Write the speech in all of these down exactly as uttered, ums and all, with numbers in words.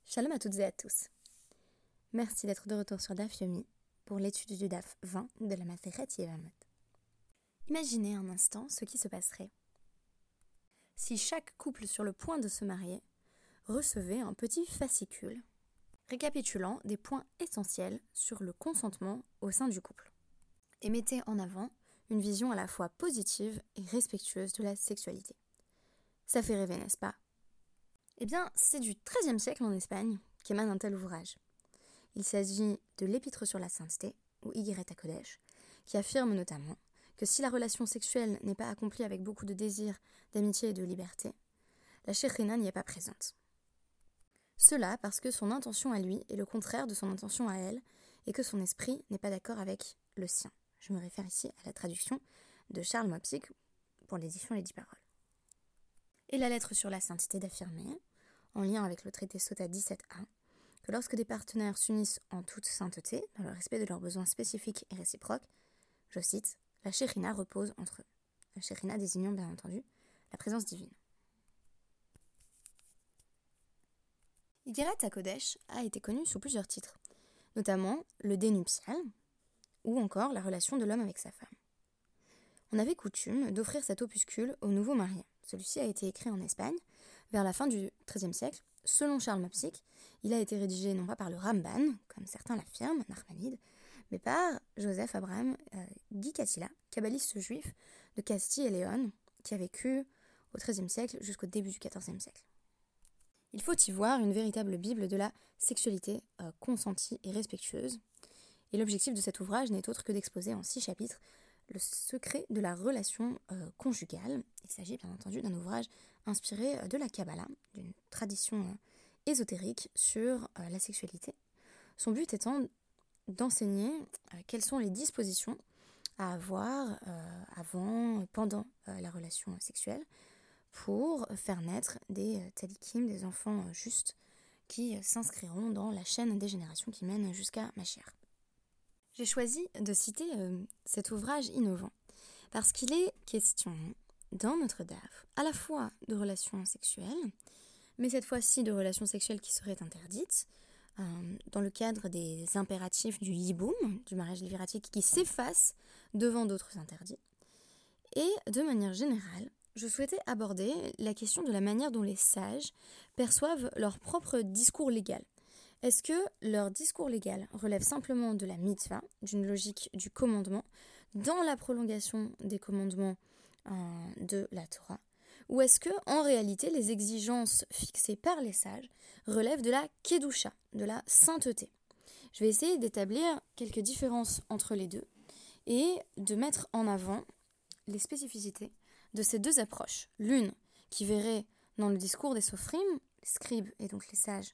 Shalom à toutes et à tous. Merci d'être de retour sur Daf Yomi pour l'étude du Daf vingt de la Masechet Yevamot. Imaginez un instant ce qui se passerait si chaque couple sur le point de se marier recevait un petit fascicule récapitulant des points essentiels sur le consentement au sein du couple et mettait en avant une vision à la fois positive et respectueuse de la sexualité. Ça fait rêver, n'est-ce pas ? Eh bien, c'est du treizième siècle en Espagne qu'émane un tel ouvrage. Il s'agit de l'Épître sur la sainteté, ou Igeret HaKodesh, qui affirme notamment que si la relation sexuelle n'est pas accomplie avec beaucoup de désir, d'amitié et de liberté, la Shekhinah n'y est pas présente. Cela parce que son intention à lui est le contraire de son intention à elle, et que son esprit n'est pas d'accord avec le sien. Je me réfère ici à la traduction de Charles Mopsic pour l'édition Les Dix Paroles. Et la lettre sur la sainteté d'affirmer, en lien avec le traité Sota dix-sept a, que lorsque des partenaires s'unissent en toute sainteté, dans le respect de leurs besoins spécifiques et réciproques, je cite, la Shekhinah repose entre eux. La Shekhinah désignant bien entendu la présence divine. Igeret HaKodesh a été connu sous plusieurs titres, notamment le dé nuptial, ou encore la relation de l'homme avec sa femme. On avait coutume d'offrir cet opuscule aux nouveaux mariés. Celui-ci a été écrit en Espagne, vers la fin du treizième siècle. Selon Charles Mopsic, il a été rédigé non pas par le Ramban, comme certains l'affirment, Nachmanide, mais par Joseph Abraham euh, Gikatila, kabbaliste juif de Castille et Léon, qui a vécu au treizième siècle jusqu'au début du quatorzième siècle. Il faut y voir une véritable bible de la sexualité euh, consentie et respectueuse, et l'objectif de cet ouvrage n'est autre que d'exposer en six chapitres le secret de la relation euh, conjugale. Il s'agit bien entendu d'un ouvrage inspiré euh, de la Kabbalah, d'une tradition euh, ésotérique sur euh, la sexualité. Son but étant d'enseigner euh, quelles sont les dispositions à avoir euh, avant, pendant euh, la relation sexuelle pour faire naître des euh, talikim, des enfants euh, justes qui euh, s'inscriront dans la chaîne des générations qui mène jusqu'à Mashiach. J'ai choisi de citer euh, cet ouvrage innovant parce qu'il est question dans notre daf à la fois de relations sexuelles, mais cette fois-ci de relations sexuelles qui seraient interdites euh, dans le cadre des impératifs du yiboum, du mariage léviratique qui s'efface devant d'autres interdits. Et de manière générale, je souhaitais aborder la question de la manière dont les sages perçoivent leur propre discours légal. Est-ce que leur discours légal relève simplement de la mitzvah, d'une logique du commandement, dans la prolongation des commandements euh, de la Torah, ou est-ce que, en réalité, les exigences fixées par les sages relèvent de la kedusha, de la sainteté ? Je vais essayer d'établir quelques différences entre les deux et de mettre en avant les spécificités de ces deux approches. L'une qui verrait dans le discours des sophrim, les scribes et donc les sages,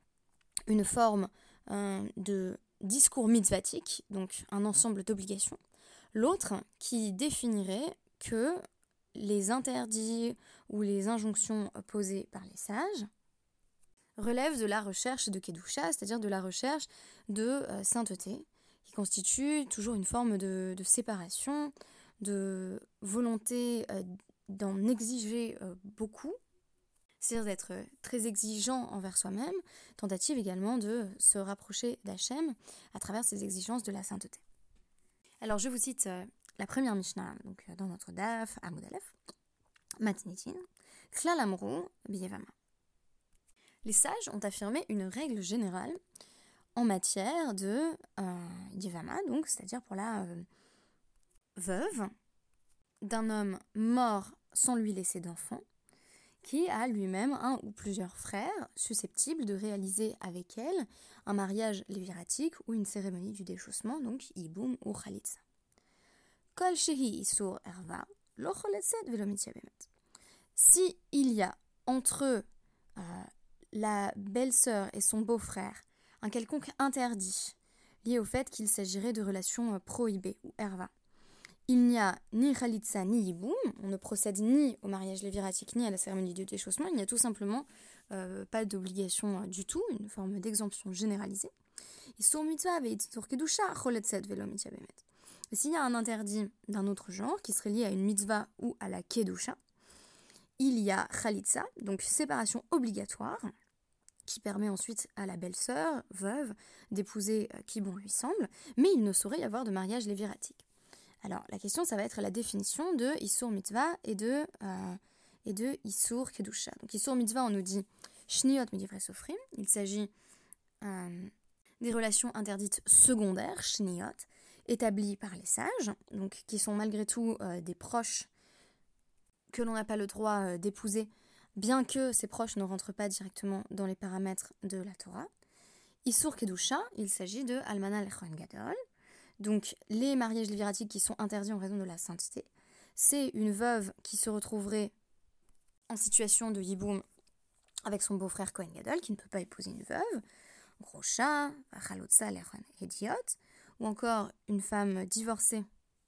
une forme euh, de discours mitzvatique, donc un ensemble d'obligations. L'autre qui définirait que les interdits ou les injonctions posées par les sages relèvent de la recherche de Kedusha, c'est-à-dire de la recherche de euh, sainteté, qui constitue toujours une forme de, de séparation, de volonté euh, d'en exiger euh, beaucoup, c'est-à-dire d'être très exigeant envers soi-même, tentative également de se rapprocher d'Hachem à travers ces exigences de la sainteté. Alors je vous cite euh, la première Mishnah donc, dans notre Daf, Amud Aleph, Matinitin, Klal Amru B'Yevama. Les sages ont affirmé une règle générale en matière de euh, Yevama, donc, c'est-à-dire pour la euh, veuve d'un homme mort sans lui laisser d'enfant, qui a lui-même un ou plusieurs frères susceptibles de réaliser avec elle un mariage léviratique ou une cérémonie du déchaussement, donc Yiboum ou Khalitsa. Kol shehi isur erva, lo choletzet velo mityabemet. Si il y a entre eux, euh, la belle-sœur et son beau-frère, un quelconque interdit lié au fait qu'il s'agirait de relations euh, prohibées ou erva, il n'y a ni Khalitsa ni Yiboum, on ne procède ni au mariage léviratique ni à la cérémonie du déchaussement, il n'y a tout simplement euh, pas d'obligation euh, du tout, une forme d'exemption généralisée. Et s'il y a un interdit d'un autre genre, qui serait lié à une mitzvah ou à la kedusha, il y a Khalitsa, donc séparation obligatoire, qui permet ensuite à la belle-sœur, veuve, d'épouser qui bon lui semble, mais il ne saurait y avoir de mariage léviratique. Alors, la question, ça va être la définition de Issur Mitzvah et de, euh, et de Issur Kedusha. Donc, Issur Mitzvah, on nous dit Shniot Midivre Sofrim, il s'agit euh, des relations interdites secondaires, Shniot, établies par les sages, donc qui sont malgré tout euh, des proches que l'on n'a pas le droit euh, d'épouser, bien que ces proches ne rentrent pas directement dans les paramètres de la Torah. Issur Kedusha, il s'agit de Almana Lechohen Gadol, donc les mariages léviratiques qui sont interdits en raison de la sainteté. C'est une veuve qui se retrouverait en situation de yiboum avec son beau-frère Kohen Gadol, qui ne peut pas épouser une veuve, Grosha, Chalotza Lechohen Hediot, ou encore une femme divorcée,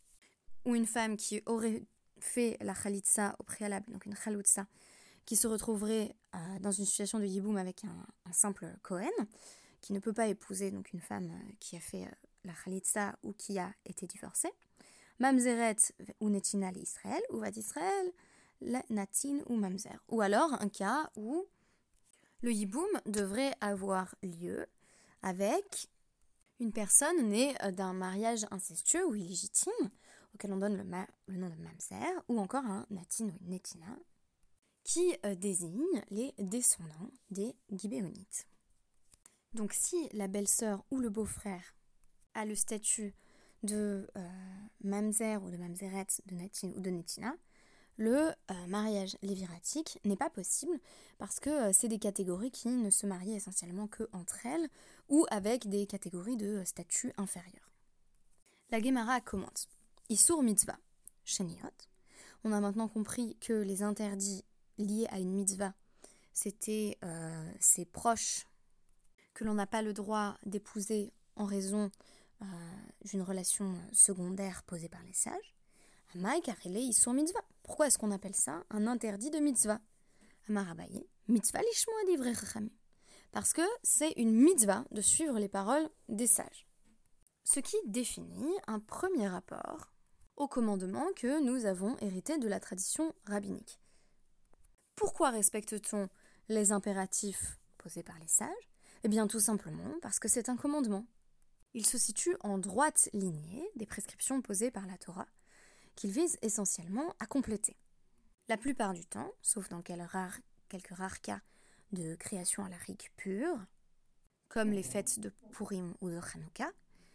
ou une femme qui aurait fait la Chalitza au préalable, donc une Chalutza, qui se retrouverait euh, dans une situation de yiboum avec un, un simple Kohen, qui ne peut pas épouser donc une femme euh, qui a fait euh, la Chalitza ou qui a été divorcée. Mamzeret ou Netina l'Israël, ou Vat Israël, la Natin ou Mamzer. Ou alors un cas où le yiboum devrait avoir lieu avec une personne née d'un mariage incestueux ou illégitime, auquel on donne le, ma- le nom de Mamzer, ou encore un Natin ou une Netina, qui euh, désigne les descendants des Gibéonites. Donc si la belle-sœur ou le beau-frère a le statut de euh, Mamzer ou de Mamzeret, de Natin ou de Netina, le euh, mariage léviratique n'est pas possible parce que euh, c'est des catégories qui ne se marient essentiellement que entre elles ou avec des catégories de euh, statut inférieur. La Gemara commente Issur mitzvah, sheniot. On a maintenant compris que les interdits liés à une mitzvah, c'était euh, ses proches que l'on n'a pas le droit d'épouser en raison euh, d'une relation secondaire posée par les sages. Amai karele issur mitzvah. Pourquoi est-ce qu'on appelle ça un interdit de mitzvah? Amar Abaye, mitzvah lishmoa divrei chachamim. Parce que c'est une mitzvah de suivre les paroles des sages. Ce qui définit un premier rapport au commandement que nous avons hérité de la tradition rabbinique. Pourquoi respecte-t-on les impératifs posés par les sages? Eh bien tout simplement parce que c'est un commandement. Il se situe en droite lignée des prescriptions posées par la Torah, qu'il vise essentiellement à compléter. La plupart du temps, sauf dans quelques rares, quelques rares cas de création à la rigue pure, comme les fêtes de Purim ou de Hanouka,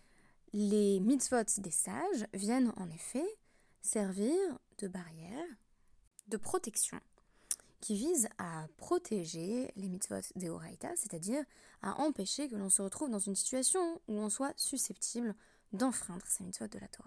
les mitzvot des sages viennent en effet servir de barrière, de protection, qui vise à protéger les mitzvot des Horaïta, c'est-à-dire à empêcher que l'on se retrouve dans une situation où on soit susceptible d'enfreindre ces mitzvot de la Torah.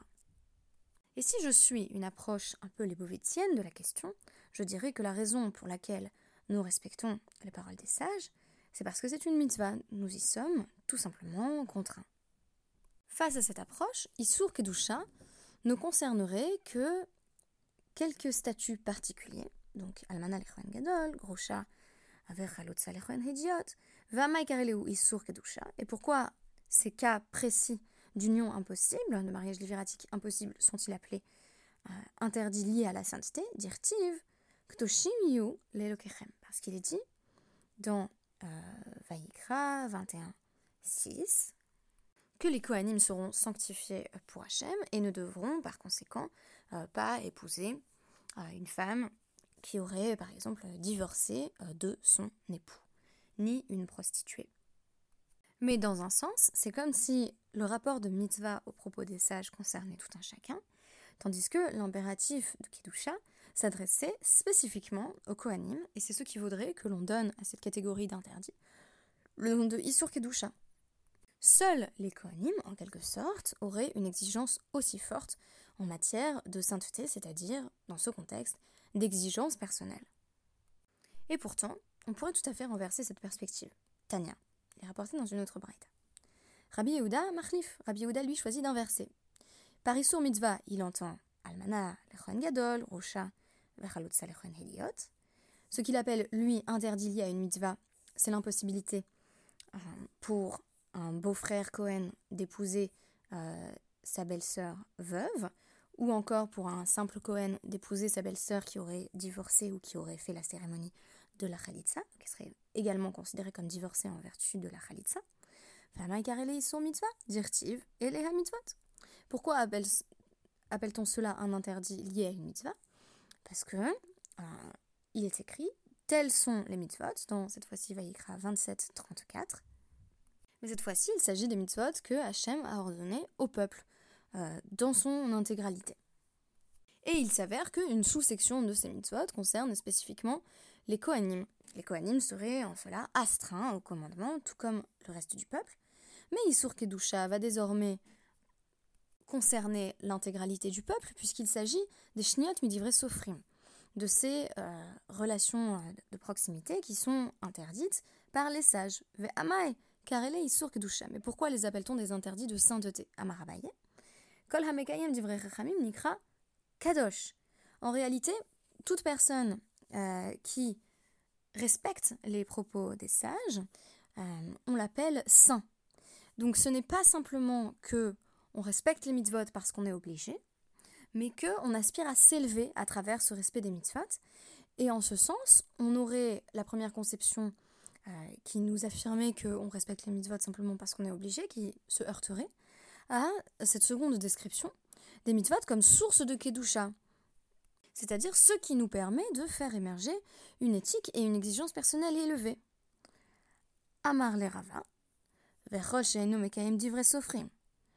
Et si je suis une approche un peu lébovittienne de la question, je dirais que la raison pour laquelle nous respectons les paroles des sages, c'est parce que c'est une mitzvah, nous y sommes tout simplement contraints. Face à cette approche, Issur Kedusha ne concernerait que quelques statuts particuliers, donc Almana Lechohen Gadol, Grosha, Aver Chalotza Lechohen Hediot, Vamai Kareleu Issur Kedusha. Et pourquoi ces cas précis d'union impossible, de mariage léviratique impossible, sont-ils appelés euh, interdits liés à la sainteté? Dirtiv, Ktoshim Yu Lelokechem. Parce qu'il est dit dans euh, Vayikra vingt et un six que les Kohanim seront sanctifiés pour Hachem et ne devront par conséquent euh, pas épouser euh, une femme qui aurait par exemple divorcé euh, de son époux, ni une prostituée. Mais dans un sens, c'est comme si le rapport de mitzvah au propos des sages concernait tout un chacun, tandis que l'impératif de Kedusha s'adressait spécifiquement aux Kohanim, et c'est ce qui vaudrait que l'on donne à cette catégorie d'interdits le nom de Issur Kedusha. Seuls les Kohanim, en quelque sorte, auraient une exigence aussi forte en matière de sainteté, c'est-à-dire, dans ce contexte, d'exigence personnelle. Et pourtant, on pourrait tout à fait renverser cette perspective. Tanya, il est rapporté dans une autre braïta. Rabbi Yehuda machlif. Rabbi Yehuda, lui, choisit d'inverser. Par Issur mitzvah, il entend Almana Lechohen Gadol, Rosha, Vechalotza Lechohen Hediot. Ce qu'il appelle, lui, interdit lié à une mitzvah, c'est l'impossibilité euh, pour un beau-frère Cohen d'épouser euh, sa belle-sœur veuve, ou encore pour un simple Cohen d'épouser sa belle-sœur qui aurait divorcé ou qui aurait fait la cérémonie de la Chalitza, qui serait également considérés comme divorcés en vertu de la Khalitsa. Dirtiv et les mitzvot. Pourquoi appelle, appelle-t-on cela un interdit lié à une mitzvah? Parce que euh, il est écrit, tels sont les mitzvot, dans cette fois-ci Vayikra vingt-sept trente-quatre. Mais cette fois-ci, il s'agit des mitzvot que Hachem a ordonné au peuple, euh, dans son intégralité. Et il s'avère qu'une sous-section de ces mitzvot concerne spécifiquement les Kohanim. Les Kohanim seraient en cela astreints au commandement, tout comme le reste du peuple. Mais Issur Kedusha va désormais concerner l'intégralité du peuple, puisqu'il s'agit des Shniot Midivre Sofrim, de ces euh, relations de proximité qui sont interdites par les sages. Ve'amai, karele Issur Kedusha. Mais pourquoi les appelle-t-on des interdits de sainteté? Amarabaye. Kol hamekayem divrei chachamim nikra kadosh. En réalité, toute personne euh, qui respecte les propos des sages, euh, on l'appelle saint. Donc ce n'est pas simplement que on respecte les mitzvot parce qu'on est obligé, mais qu'on aspire à s'élever à travers ce respect des mitzvot. Et en ce sens, on aurait la première conception euh, qui nous affirmait qu'on respecte les mitzvot simplement parce qu'on est obligé, qui se heurterait à cette seconde description des mitzvot comme source de kedusha, c'est-à-dire ce qui nous permet de faire émerger une éthique et une exigence personnelle élevée. Amar le Rava, vechosh she'einu mekayem divrei sofrim,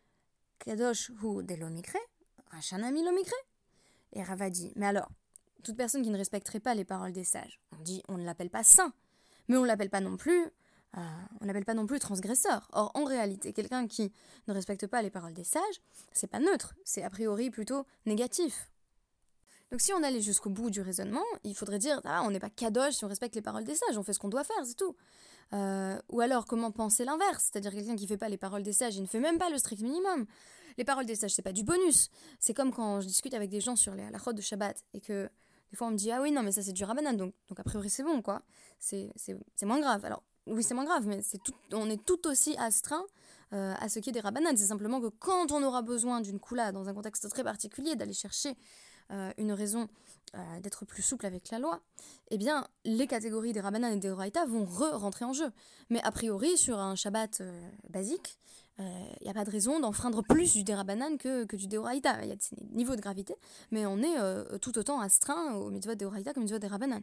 kadosh hu de lo mikre, rachanami lo mikre. Et Rava dit, mais alors, toute personne qui ne respecterait pas les paroles des sages, on dit, on ne l'appelle pas saint, mais on ne l'appelle pas non plus, euh, on l'appelle pas non plus transgresseur. Or, en réalité, quelqu'un qui ne respecte pas les paroles des sages, c'est pas neutre, c'est a priori plutôt négatif. Donc si on allait jusqu'au bout du raisonnement, il faudrait dire, ah, on n'est pas kadosh si on respecte les paroles des sages, on fait ce qu'on doit faire, c'est tout. Euh, ou alors, comment penser l'inverse? C'est-à-dire quelqu'un qui ne fait pas les paroles des sages, il ne fait même pas le strict minimum. Les paroles des sages, c'est pas du bonus. C'est comme quand je discute avec des gens sur les halachot de Shabbat, et que des fois on me dit, ah oui, non, mais ça c'est du Rabbanan, donc, donc a priori c'est bon, quoi. C'est, c'est, c'est moins grave. Alors, oui, c'est moins grave, mais c'est tout, on est tout aussi astreint euh, à ce qui est des Rabbanan. C'est simplement que quand on aura besoin d'une koula, dans un contexte très particulier, d'aller chercher euh, une raison euh, d'être plus souple avec la loi, eh bien, les catégories des Rabbanan et des Horaïta vont re-rentrer en jeu. Mais a priori, sur un Shabbat euh, basique, il euh, n'y a pas de raison d'enfreindre plus du Derabanan que, que du Deoraita. Il y a des niveaux de gravité, mais on est euh, tout autant astreint au mitzvot Deoraita comme au mitzvot Derabanan.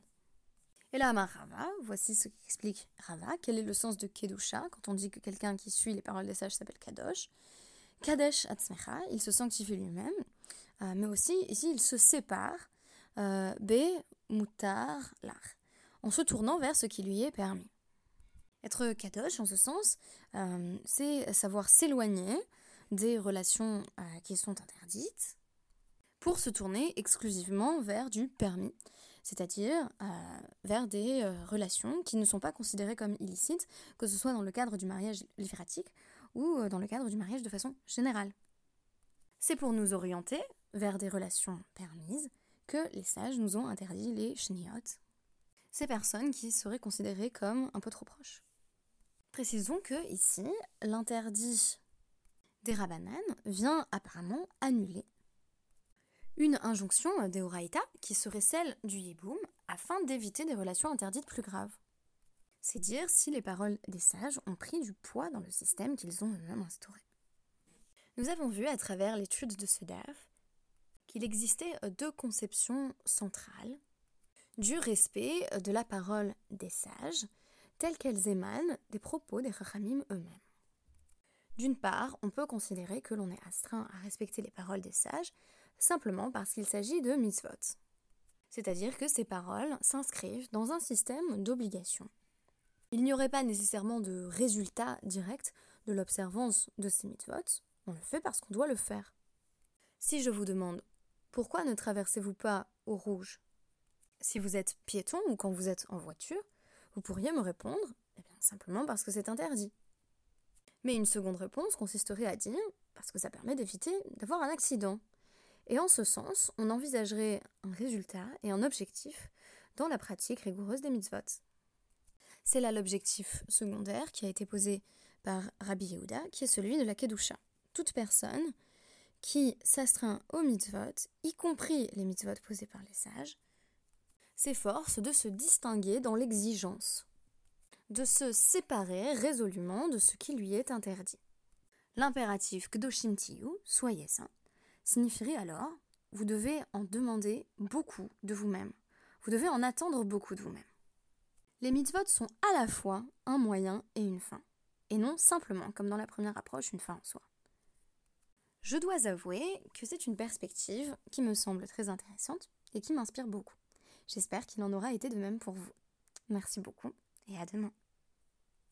Et là, Amar Rava, voici ce qu'explique Rava. Quel est le sens de Kedusha quand on dit que quelqu'un qui suit les paroles des sages s'appelle Kadosh? Kadesh Atzmecha, il se sanctifie lui-même, euh, mais aussi, ici, il se sépare euh, Be Mutar Lach, en se tournant vers ce qui lui est permis. Être kadosh, en ce sens, euh, c'est savoir s'éloigner des relations euh, qui sont interdites pour se tourner exclusivement vers du permis, c'est-à-dire euh, vers des euh, relations qui ne sont pas considérées comme illicites, que ce soit dans le cadre du mariage livratique ou euh, dans le cadre du mariage de façon générale. C'est pour nous orienter vers des relations permises que les sages nous ont interdit les shniot, ces personnes qui seraient considérées comme un peu trop proches. Précisons que ici, l'interdit des Rabbanan vient apparemment annuler une injonction des Horaïta qui serait celle du Yiboum afin d'éviter des relations interdites plus graves. C'est dire si les paroles des sages ont pris du poids dans le système qu'ils ont eux-mêmes instauré. Nous avons vu à travers l'étude de ce daf qu'il existait deux conceptions centrales du respect de la parole des sages telles qu'elles émanent des propos des Chachamim eux-mêmes. D'une part, on peut considérer que l'on est astreint à respecter les paroles des sages simplement parce qu'il s'agit de mitzvot. C'est-à-dire que ces paroles s'inscrivent dans un système d'obligations. Il n'y aurait pas nécessairement de résultat direct de l'observance de ces mitzvot, on le fait parce qu'on doit le faire. Si je vous demande « Pourquoi ne traversez-vous pas au rouge ?» Si vous êtes piéton ou quand vous êtes en voiture, vous pourriez me répondre eh bien, simplement parce que c'est interdit. Mais une seconde réponse consisterait à dire parce que ça permet d'éviter d'avoir un accident. Et en ce sens, on envisagerait un résultat et un objectif dans la pratique rigoureuse des mitzvot. C'est là l'objectif secondaire qui a été posé par Rabbi Yehuda, qui est celui de la Kedusha. Toute personne qui s'astreint aux mitzvot, y compris les mitzvot posés par les sages, s'efforce de se distinguer dans l'exigence. de se séparer résolument de ce qui lui est interdit. L'impératif Kdoshim Tiyu, soyez saints, signifierait alors, vous devez en demander beaucoup de vous-même. Vous devez en attendre beaucoup de vous-même. Les mitzvot sont à la fois un moyen et une fin, et non simplement, comme dans la première approche, une fin en soi. Je dois avouer que c'est une perspective qui me semble très intéressante et qui m'inspire beaucoup. J'espère qu'il en aura été de même pour vous. Merci beaucoup et à demain.